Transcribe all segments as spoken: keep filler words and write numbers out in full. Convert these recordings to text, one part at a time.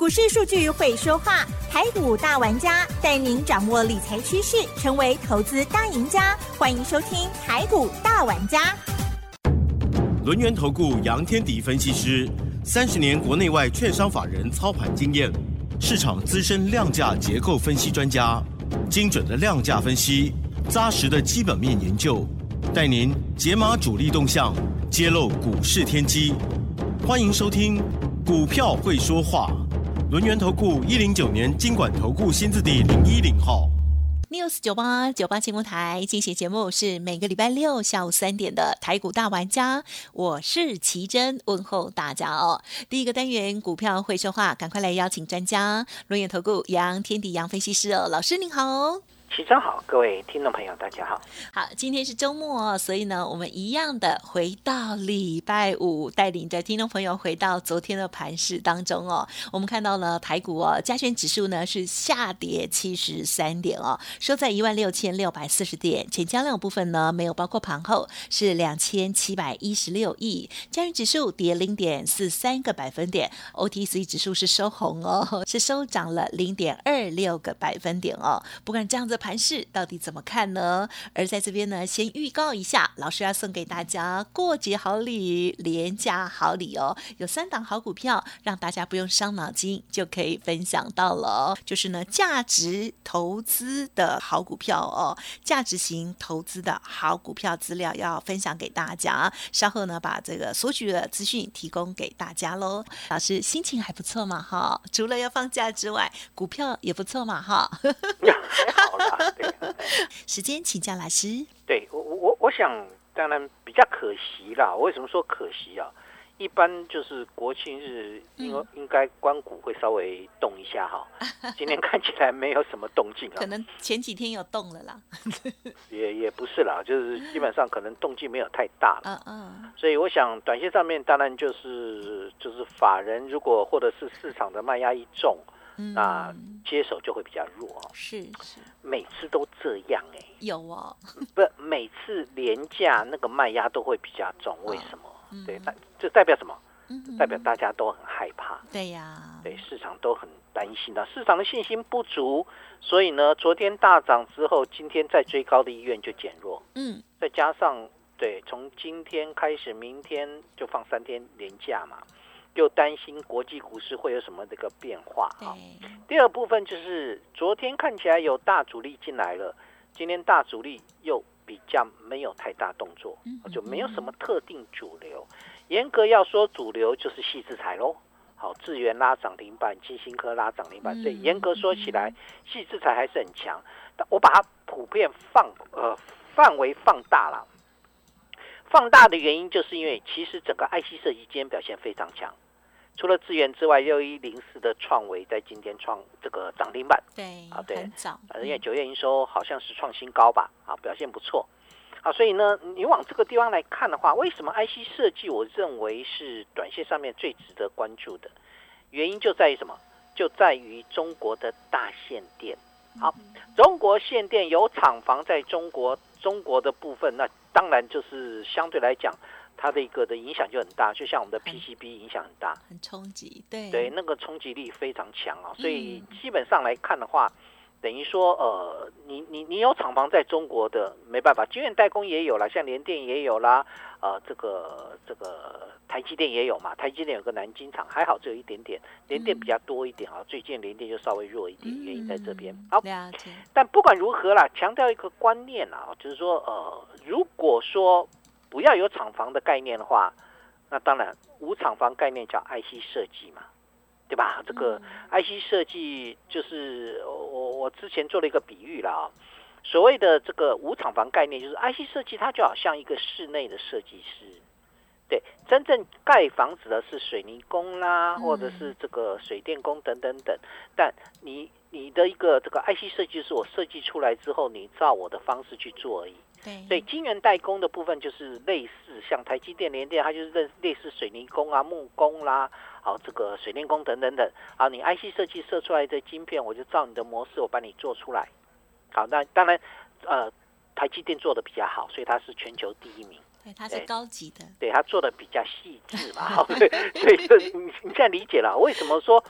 股市数据会说话，台股大玩家带您掌握理财趋势，成为投资大赢家。欢迎收听台股大玩家。 轮源投顾杨天迪分析师，三十年国内外券商法人操盘经验，市场资深量价结构分析专家，精准的量价分析，扎实的基本面研究，带您解码主力动向，揭露股市天机。欢迎收听股票会说话。轮源投顾一零九年金管投顾新字第零一零号。 News 九八九八节目台进行节目是每个礼拜六下午三点的台股大玩家，我是奇珍，问候大家哦。第一个单元股票会说话，赶快来邀请专家轮源投顾杨天迪杨分析师哦，老师您好。 齐真好，各位听众朋友大家好。 好，今天是周末，所以呢我们一样的回到礼拜五，带领着听众朋友回到昨天的盘势当中哦。我们看到了台股哦，加权指数呢是下跌七十三点哦，收在一万六千六百四十点，成交量部分呢没有包括盘后是两千七百一十六亿，加权指数跌零点四三个百分点 ，O T C 指数是收红哦，是收涨了零点二六个百分点哦。不管这样子盘势到底怎么看呢？而在这边呢，先预告一下，老师要送给大家过节好礼、廉价好礼哦，有三档好股票，让大家不用伤脑筋就可以分享到了哦。就是呢，价值投资的好股票哦，价值型投资的好股票资料要分享给大家。稍后呢，把这个索取的资讯提供给大家喽。老师心情还不错嘛哈？除了要放假之外，股票也不错嘛哈？ 还好啦。对， 时间请教老师。 对，我我我想当然比较可惜啦。为什么说可惜啊？一般就是国庆日，应该应该官股会稍微动一下哈。今天看起来没有什么动静啊。 可能前几天有动了啦。 也也不是啦，就是基本上可能动静没有太大了。 嗯嗯。 所以我想，短线上面当然就是就是法人如果或者是市场的卖压一重。嗯、那接手就会比较弱、哦， 是是， 每次都这样哎、欸， 有哦， 不，每次连假那个卖压都会比较重，为什么？哦嗯、对，这代表什么？嗯、代表大家都很害怕， 对呀， 对，市场都很担心的，市场的信心不足，所以呢，昨天大涨之后，今天再追高的意愿就减弱，嗯，再加上对，从今天开始，明天就放三天连假嘛。又担心国际股市会有什么这个变化啊？第二部分就是昨天看起来有大主力进来了，今天大主力又比较没有太大动作，就没有什么特定主流。严格要说，主流就是矽智财喽。好，智原拉涨停板，金星科拉涨停板，所以严格说起来，矽智财还是很强。但我把它普遍放呃范围放大了。放大的原因就是因为其实整个 I C 设计今天表现非常强，除了资源之外，六一零四的创惟在今天创这个涨停板， 对啊对， 很早， 因为九月营收好像是创新高吧，啊表现不错，啊所以呢，你往这个地方来看的话，为什么 I C 设计我认为是短线上面最值得关注的原因就在于什么？就在于中国的大限电。好，中国限电有厂房在中国中国的部分，那当然就是相对来讲，它的一个的影响就很大，就像我们的 P C B 影响很大， 很冲击，对对，那个冲击力非常强啊，所以基本上来看的话，等于说呃，你你你有厂房在中国的没办法，晶圆代工也有啦，像联电也有啦，呃，这个这个台积电也有嘛，台积电有个南京厂，还好只有一点点，联电比较多一点啊，最近联电就稍微弱一点，原因在这边。好，但不管如何啦，强调一个观念啊，就是说呃，如果说不要有厂房的概念的话，那当然无厂房概念叫 I C 设计嘛。对吧？这个 I C 设计就是我我之前做了一个比喻啦啊，所谓的这个无厂房概念，就是 I C 设计它就好像一个室内的设计师，对，真正盖房子的是水泥工啦，或者是这个水电工等等等，但你你的一个这个 I C 设计是我设计出来之后，你照我的方式去做而已。所以晶圆代工的部分就是类似像台积电、联电，它就是类似水泥工啊、木工啦，好这个水电工等等等。好，你 I C 设计设出来的晶片，我就照你的模式，我帮你做出来。好，那当然，呃，台积电做的比较好，所以它是全球第一名。 对，它是高级的。对， 它做的比较细致嘛。好，对，所以你你现在理解了为什么说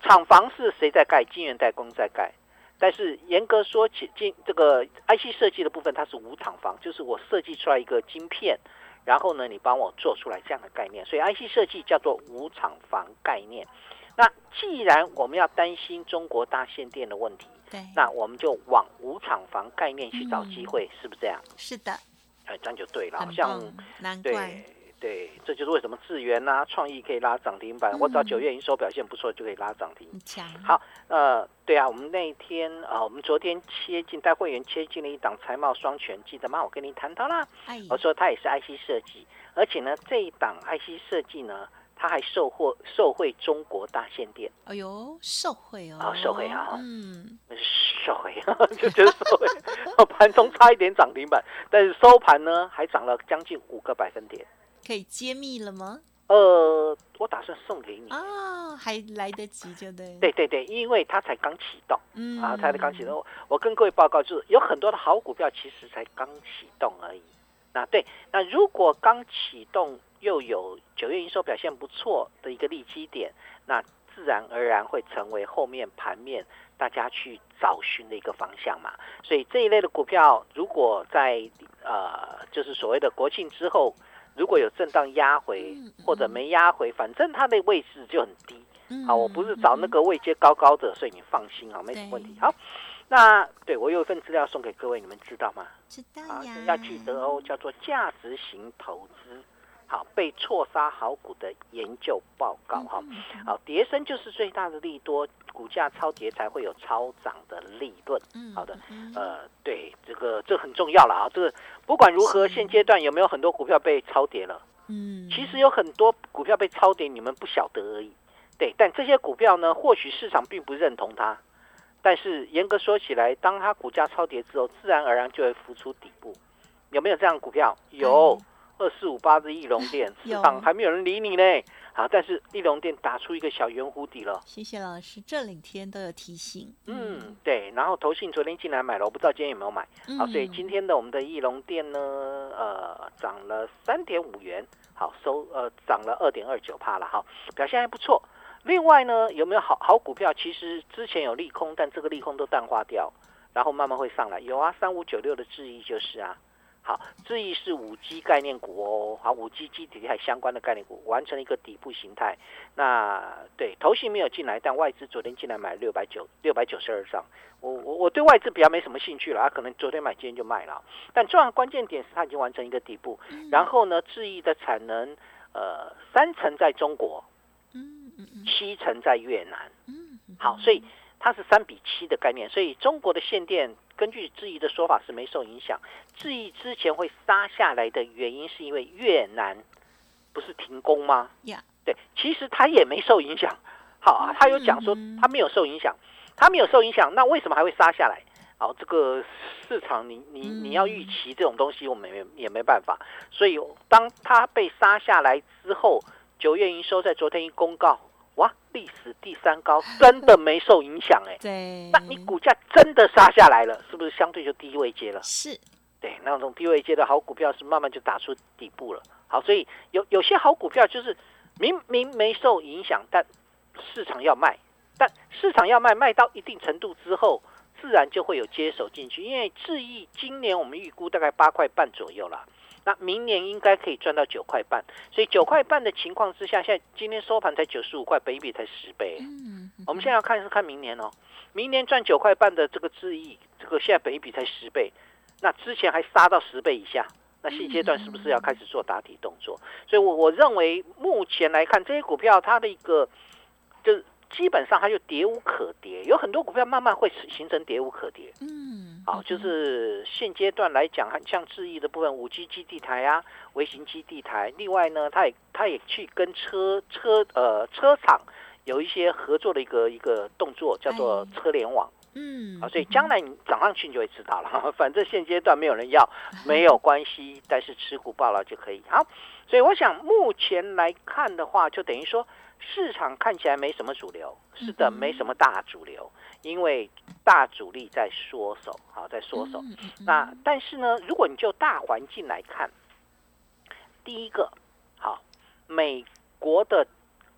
厂房是谁在盖？晶圆代工在盖。但是严格说起，晶这个 I C 设计的部分，它是无厂房，就是我设计出来一个晶片，然后呢，你帮我做出来这样的概念。所以 I C 设计叫做无厂房概念。那既然我们要担心中国大限电的问题， 对， 那我们就往无厂房概念去找机会，嗯、是不是这样？ 是的， 哎，这样就对了。好像难怪。 对对，这就是为什么智原啊、创意可以拉涨停板。嗯、我只要九月营收表现不错，就可以拉涨停。好，呃，对啊，我们那一天啊、呃，我们昨天切进带会员切进了一档财贸双全，记得吗？我跟你谈到啦，哎、我说它也是 I C 设计，而且呢，这一档 I C 设计呢，它还受惠受惠中国大限电。 哎呦，受惠哦， 啊、哦，受惠啊， 嗯， 受惠，就觉得受惠。盘中差一点涨停板，但是收盘呢，还涨了将近五个百分点。 可以揭秘了吗？ 呃，我打算送给你哦，还来得及就对。 对对对，因为它才刚启动， 嗯啊，它才刚启动。我跟各位报告，就是有很多的好股票其实才刚启动而已。那对，那如果刚启动又有九月营收表现不错的一个利基点，那自然而然会成为后面盘面大家去找寻的一个方向嘛。所以这一类的股票，如果在呃，就是所谓的国庆之后，如果有震荡压回或者没压回，反正它的位置就很低。好，我不是找那个位阶高高的，所以你放心啊，没什么问题。好，那对我有一份资料送给各位，你们知道吗？ 知道呀。 啊，要记得哦，叫做价值型投资。好，被错杀好股的研究报告哈。好，跌升就是最大的利多，股价超跌才会有超涨的利润。好的，呃，对，这个这很重要了啊。这个不管如何，现阶段有没有很多股票被超跌了？嗯，其实有很多股票被超跌，你们不晓得而已。对，但这些股票呢，或许市场并不认同它，但是严格说起来，当它股价超跌之后，自然而然就会浮出底部。有没有这样的股票？有。二四五八的义隆店，市场还没有人理你呢。好，但是义隆店打出一个小圆弧底了。 谢谢老师，这两天都有提醒。 嗯，对。然后投信昨天进来买了，我不知道今天有没有买。好，所以今天的我们的义隆店呢，呃，涨了三点五元，好收呃涨了二点二九趴了，哈，表现还不错。另外呢，有没有好好股票？其实之前有利空，但这个利空都淡化掉，然后慢慢会上来。有啊，三五九六的智易就是啊。好，智易是 五 G 概念股哦，好 ，五 G 基底台相关的概念股完成了一个底部形态。那对投信没有进来，但外资昨天进来买六百九六百九十二张。我我我对外资比较没什么兴趣了，他可能昨天买今天就卖了。但重要的关键点是它已经完成一个底部，然后呢，智易的产能呃三成在中国，七成在越南。好，所以它是三比七的概念，所以中国的限电。根据智易的说法是没受影响，智易之前会杀下来的原因是因为越南不是停工吗？ Yeah. 对，其实他也没受影响。好啊，他有讲说他没有受影响，他没有受影响，那为什么还会杀下来？好，这个市场你你你要预期这种东西，我们也也没办法。所以当他被杀下来之后，九月营收在昨天一公告。哇，历史第三高，真的没受影响哎、欸。 对， 那你股价真的杀下来了，是不是相对就低位接了？ 是， 对，那种低位接的好股票是慢慢就打出底部了。好，所以有有些好股票就是明明没受影响，但市场要卖，但市场要卖，卖到一定程度之后，自然就会有接手进去。因为智易今年我们预估大概八块半左右啦。那明年应该可以赚到九块半，所以九块半的情况之下，现在今天收盘才九十五块，本益比才十倍。嗯，我们现在要看是看明年哦，明年赚九块半的这个智易，这个现在本益比才十倍，那之前还杀到十倍以下，那现阶段是不是要开始做打底动作？所以我我认为目前来看，这些股票它的一个就基本上它就跌无可跌，有很多股票慢慢会形成跌无可跌。嗯。好，就是现阶段来讲，像智易的部分，五 G 基地台啊，微型基地台。另外呢，它也它也去跟车车呃车厂有一些合作的一个一个动作，叫做车联网。嗯，啊，所以将来你涨上去你就会知道了。反正现阶段没有人要，没有关系，但是持股报了就可以。好，所以我想目前来看的话，就等于说市场看起来没什么主流，是的，没什么大主流。因为大主力在缩手，好，在缩手。那但是呢，如果你就大环境来看，第一个，好，美国的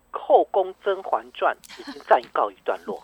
后宫甄嬛传已经暂告一段落。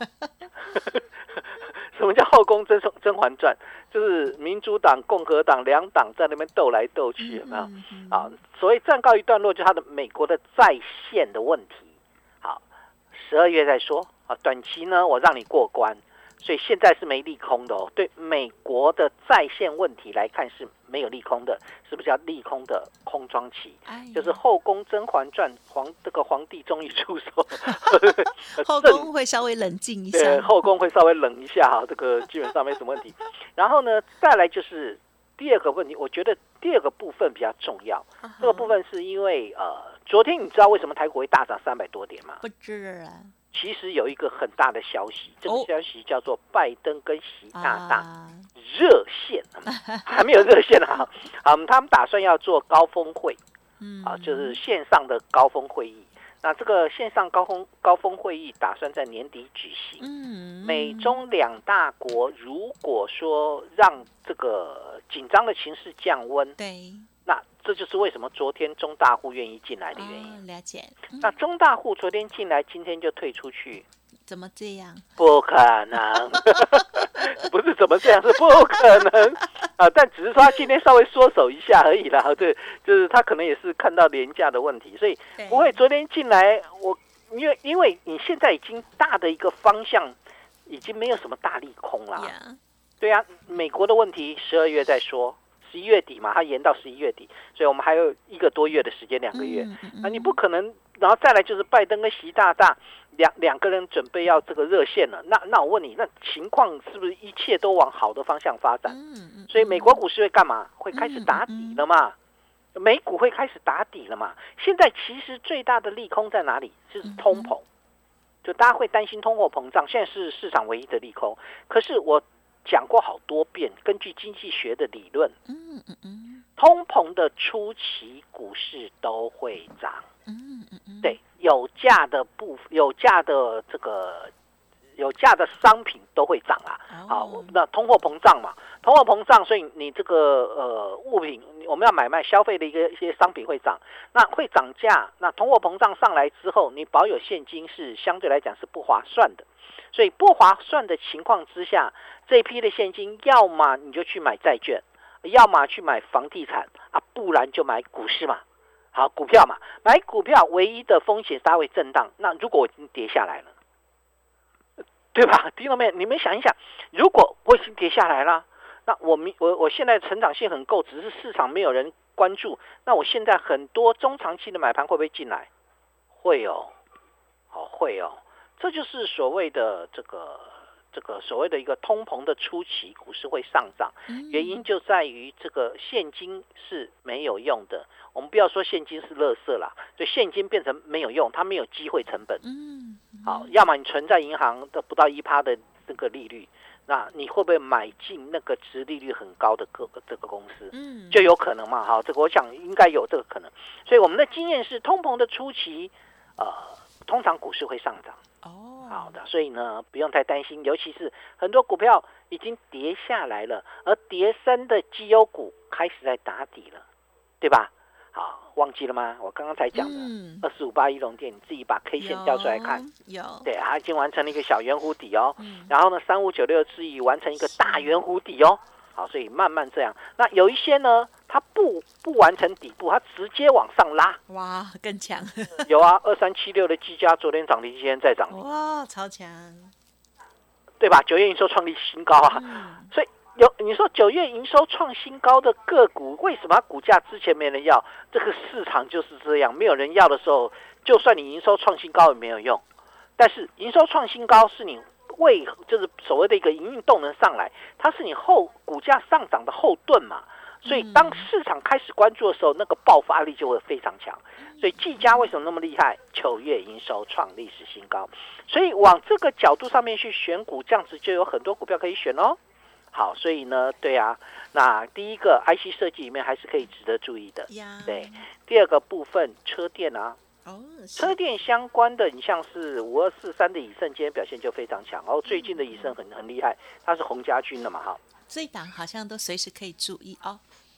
什么叫后宫甄甄嬛传？就是民主党、共和党两党在那边斗来斗去，有没有？啊，所谓暂告一段落，就是它的美国的在线的问题。好，十二月再说啊，短期呢我让你过关。所以现在是没利空的哦，对美国的在线问题来看是没有利空的，是不是叫利空的空窗期？哎、就是后宫甄嬛传皇这个皇帝终于出手， 后宫会稍微冷静一下， 对，后宫会稍微冷一下哈，这个基本上没什么问题。然后呢，再来就是第二个问题，我觉得第二个部分比较重要。Uh-huh. 这个部分是因为呃，昨天你知道为什么台股会大涨三百多点吗？ 不知啊。 其实有一个很大的消息，这个消息叫做拜登跟习大大热线，啊、还没有热线啊，啊，他们打算要做高峰会，啊，就是线上的高峰会议。那这个线上高峰高峰会议打算在年底举行。美中两大国如果说让这个紧张的情势降温， 对。 那这就是为什么昨天中大户愿意进来的原因。 哦、了解、 嗯。那中大户昨天进来，今天就退出去， 怎么这样？ 不可能，不是怎么这样，是不可能啊！但只是说他今天稍微缩手一下而已啦。对，就是他可能也是看到廉价的问题，所以不会昨天进来。我因为因为你现在已经大的一个方向已经没有什么大利空啦。Yeah. 对啊，美国的问题十二月再说。十一月底嘛，它延到十一月底，所以我们还有一个多月的时间，两个月。嗯嗯嗯、那你不可能，然后再来就是拜登跟习大大两两个人准备要这个热线了。那那我问你，那情况是不是一切都往好的方向发展？嗯嗯嗯、所以美国股市会干嘛？会开始打底了嘛？嗯嗯、美股会开始打底了嘛？现在其实最大的利空在哪里？就是通膨，嗯、就大家会担心通货膨胀，现在是市场唯一的利空。可是我讲过好多遍，根据经济学的理论，嗯嗯嗯，通膨的初期股市都会涨，嗯嗯嗯，对，有价的部有价的这个有价的商品都会涨啊。好、哦，那通货膨胀嘛，通货膨胀，所以你这个呃物品我们要买卖消费的一个一些商品会涨，那会涨价，那通货膨胀上来之后，你保有现金是相对来讲是不划算的。所以不划算的情况之下，这一批的现金，要么你就去买债券，要么去买房地产啊，不然就买股市嘛。好，股票嘛，买股票唯一的风险它会震荡。那如果我已经跌下来了，对吧？听到没有？你们想一想，如果我已经跌下来了，那我我我现在成长性很够，只是市场没有人关注，那我现在很多中长期的买盘会不会进来？会哦，好，会哦。这就是所谓的这个这个所谓的一个通膨的初期，股市会上涨，原因就在于这个现金是没有用的。我们不要说现金是垃圾啦，就现金变成没有用，它没有机会成本。好，要么你存在银行的不到一趴的这个利率，那你会不会买进那个殖利率很高的各个这个公司？嗯，就有可能嘛。好，这个我想应该有这个可能。所以我们的经验是，通膨的初期，呃，通常股市会上涨。哦，好的，所以呢，不用太担心，尤其是很多股票已经跌下来了，而跌升的绩优股开始在打底了，对吧？好，忘记了吗？我刚刚才讲的二四五八一龙电，你自己把 K 线调出来看， 有， 对，它已经完成了一个小圆弧底哦，嗯、然后呢，三五九六智易完成一个大圆弧底哦。好，所以慢慢这样。那有一些呢，它不不完成底部，它直接往上拉， 哇，更强。 有啊，二三七六的技嘉昨天涨停，今天再涨停， 哇，超强， 对吧？九月营收创立新高啊，嗯、所以有你说九月营收创新高的个股，为什么股价之前没人要？这个市场就是这样，没有人要的时候，就算你营收创新高也没有用。但是营收创新高是你为就是所谓的一个营运动能上来，它是你后股价上涨的后盾嘛，所以当市场开始关注的时候，那个爆发力就会非常强。所以技嘉为什么那么厉害？九月营收创历史新高，所以往这个角度上面去选股，这样子就有很多股票可以选哦。好，所以呢，对啊，那第一个 I C 设计里面还是可以值得注意的，对。第二个部分车电啊。哦，车电相关的，你像是五二四三的以盛，今天表现就非常强。然后最近的以盛很很厉害，它是洪家军的嘛，哈。 这一档好像都随时可以注意哦。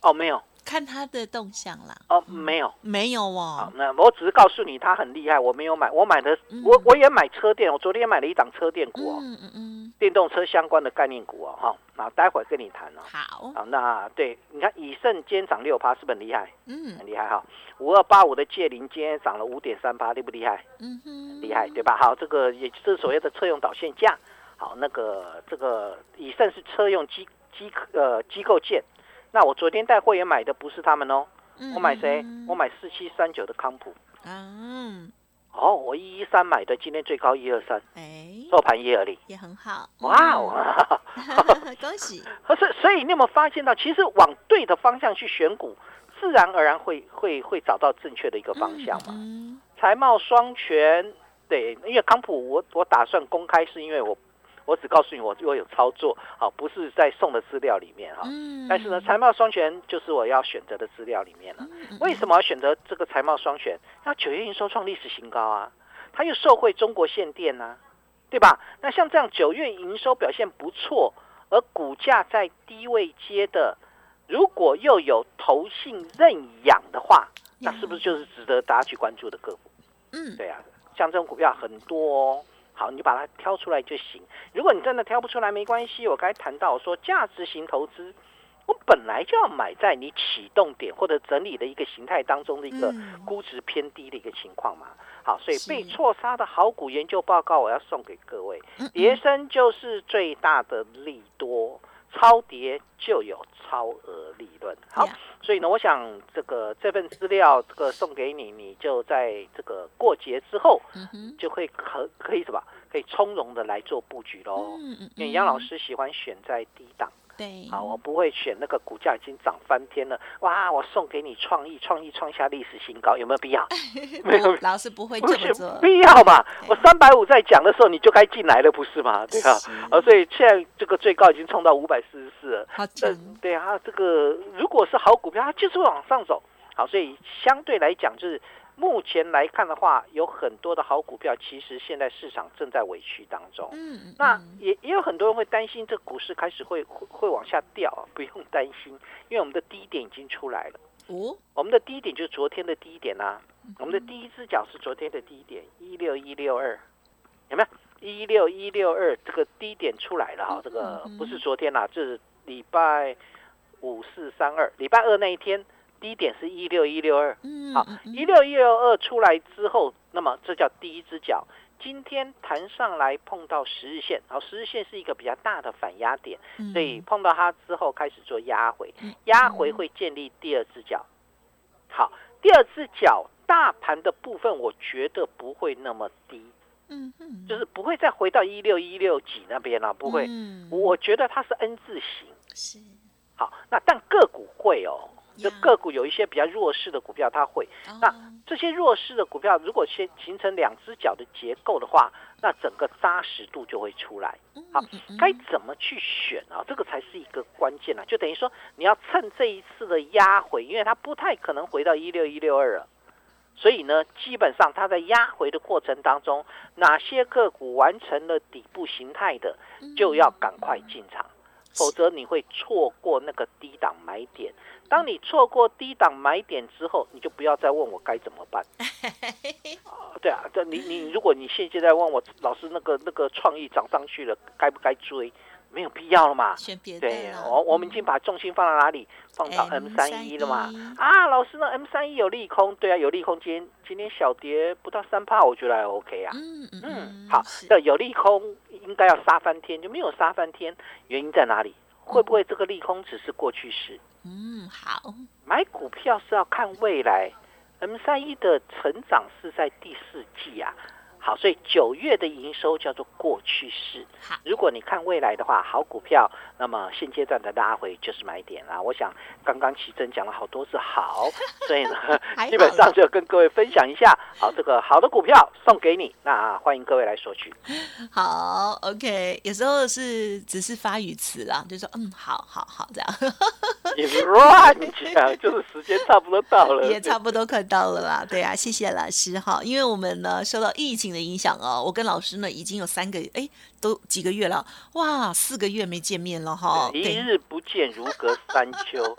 哦，没有。 看他的动向啦。 哦，没有， 没有哦。 好，那我只是告诉你他很厉害，我没有买，我买的， 嗯、 我我也买车电，我昨天买了一档车电股哦， 嗯嗯嗯， 电动车相关的概念股哦，哈，那待会跟你谈哦。 好， 好，那对，你看以盛今天涨六趴，是不是很厉害？ 嗯， 很厉害哈。五二八五的界林今天涨了五点三趴，厉不厉害？ 嗯哼， 厉害对吧？好，这个也就是所谓的车用导线架。好，那个这个以盛是车用机机呃机构件，那我昨天带会员买的不是他们哦。我买谁？我买四七三九的康普。 嗯， 哦，我一一三买的，今天最高一二三， 哎， 收盘一二零， 也很好。 哇哦， 恭喜！ 所以，所以你有没有发现到，其实往对的方向去选股，自然而然会会会找到正确的一个方向嘛？ 嗯， 财贸双全，对，因为康普我我打算公开，是因为我。我只告诉你我我有操作，好，不是在送的资料里面哈。 嗯、 但是呢，财贸双全就是我要选择的资料里面了。 嗯、 为什么要选择这个财贸双全？那九月营收创历史新高啊，它又受惠中国限电啊，对吧？那像这样九月营收表现不错，而股价在低位接的，如果又有投信认养的话，那是不是就是值得大家去关注的个股？ 嗯， 对啊，像这种股票很多哦。好，你把它挑出来就行。如果你真的挑不出来，没关系。我刚才谈到说，价值型投资，我本来就要买在你启动点或者整理的一个形态当中的一个估值偏低的一个情况嘛。好，所以被错杀的好股研究报告，我要送给各位。跌升就是最大的利多，超跌就有超额利润。好，所以呢，我想这个这份资料这个送给你，你就在这个过节之后，就会可可以什么，可以从容的来做布局喽。因为杨老师喜欢选在低档。 对， 好，我不会选那个股价已经涨翻天了，哇！我送给你创意，创意创下历史新高，有没有必要？ 没有，老师不会这么做， 必要嘛？我三百五在讲的时候，你就该进来了，不是吗？对吧？啊，所以现在这个最高已经冲到五百四十四了， 好强。 对啊，这个如果是好股票，它就是会往上走。好，所以相对来讲，就是目前来看的话，有很多的好股票，其实现在市场正在委屈当中。嗯，那也也有很多人会担心，这股市开始会会会往下掉，不用担心，因为我们的低点已经出来了。哦，我们的低点就是昨天的低点啊，我们的第一只脚是昨天的低点一六一六二，有没有？一六一六二这个低点出来了哈，这个不是昨天啦，就是礼拜五四三二，礼拜二那一天。低点是一六一六二，好，一六一六二出来之后，那么这叫第一只脚。今天弹上来碰到十日线，好，十日线是一个比较大的反压点，所以碰到它之后开始做压回，压回会建立第二只脚。好，第二只脚大盘的部分，我觉得不会那么低，嗯嗯，就是不会再回到一六一六几那边了，不会，我觉得它是 N 字形，是，好，那但个股会哦。这个股有一些比较弱势的股票，它会。那这些弱势的股票，如果先形成两只脚的结构的话，那整个扎实度就会出来。好，该怎么去选啊？这个才是一个关键啊！就等于说，你要趁这一次的压回，因为它不太可能回到一六一六二了。所以呢，基本上它在压回的过程当中，哪些个股完成了底部形态的，就要赶快进场。否则你会错过那个低档买点。当你错过低档买点之后，你就不要再问我该怎么办。啊、对啊，这你你如果你现在在问我，老师那个那个创意涨上去了，该不该追？没有必要了嘛。 选别的对，我我们已经把重心放到哪里？放到 M 三一 了嘛。啊，老师呢 M 三一 有利空，对啊，有利空。今天今天小跌不到三趴，我觉得还 OK 啊。嗯嗯嗯，好，的有利空应该要杀翻天，就没有杀翻天，原因在哪里？会不会这个利空只是过去式？ 嗯，好。买股票是要看未来 ，M 三一 的成长是在第四季啊。好，所以九月的营收叫做过去式。如果你看未来的话，好股票，那么现阶段的拉回就是买点啦。我想刚刚奇珍讲了好多次好，所以呢，基本上就跟各位分享一下，好，这个好的股票送给你，那欢迎各位来索取。 好 ，OK， 有时候是只是发语词啦，就说嗯，好好好这样。 也乱讲，就是时间差不多到了， 也差不多快到了啦。对啊，谢谢老师哈，因为我们呢受到疫情的影响哦，我跟老师呢已经有三个哎，都几个月了，哇，四个月没见面了哈。 一日不见如隔三秋，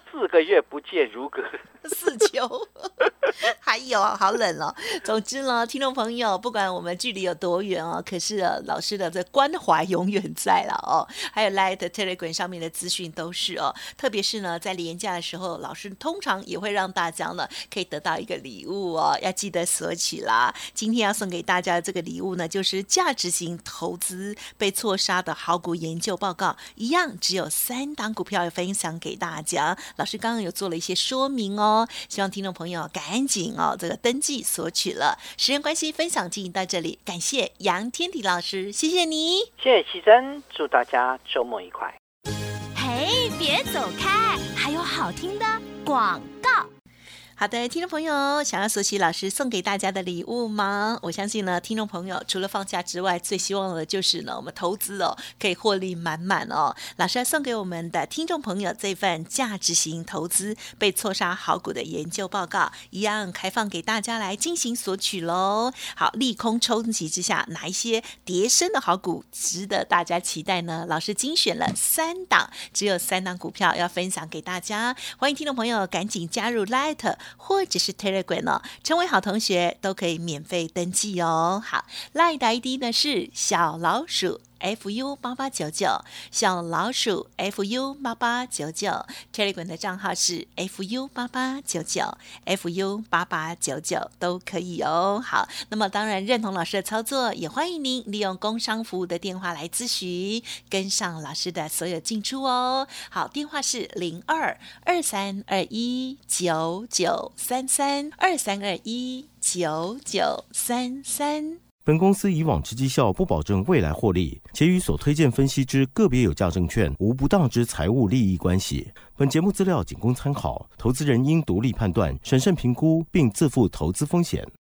四个月不见如隔四秋，还有好冷哦。总之呢，听众朋友，不管我们距离有多远哦，可是、啊、老师的这关怀永远在了哦。还有 Line Telegram 上面的资讯都是哦，特别是呢，在连假的时候，老师通常也会让大家呢可以得到一个礼物哦，要记得索取啦。今天要送给大家的这个礼物呢，就是价值型投资被错杀的好股研究报告，一样只有三档股票要分享给大家。老师刚刚有做了一些说明哦，希望听众朋友赶紧哦这个登记索取了。时间关系，分享进行到这里，感谢杨天迪老师，谢谢你， 谢谢奇珍，祝大家周末愉快。 嘿，别走开，还有好听的广告。 好的，听众朋友，想要索取老师送给大家的礼物吗？我相信呢，听众朋友除了放假之外，最希望的就是呢，我们投资哦可以获利满满哦。老师要送给我们的听众朋友这份价值型投资被错杀好股的研究报告，一样开放给大家来进行索取喽。好，利空冲击之下，哪一些跌升的好股值得大家期待呢？老师精选了三档，只有三档股票要分享给大家，欢迎听众朋友赶紧加入 Light。或者是 Telegram 哦，成为好同学都可以免费登记哦。好 ，Line 的 I D 呢是小老鼠F U 八八九九，小老鼠 F U 八八九九 ，Telegram 的账号是 F U 八八九九 F U 八八九九都可以哦。好，那么当然认同老师的操作，也欢迎您利用工商服务的电话来咨询，跟上老师的所有进出哦。好，电话是零二二三二一九九三三二三二一九九三三。 本公司以往之绩效不保证未来获利，且与所推荐分析之个别有价证券无不当之财务利益关系。本节目资料仅供参考，投资人应独立判断、审慎评估，并自负投资风险。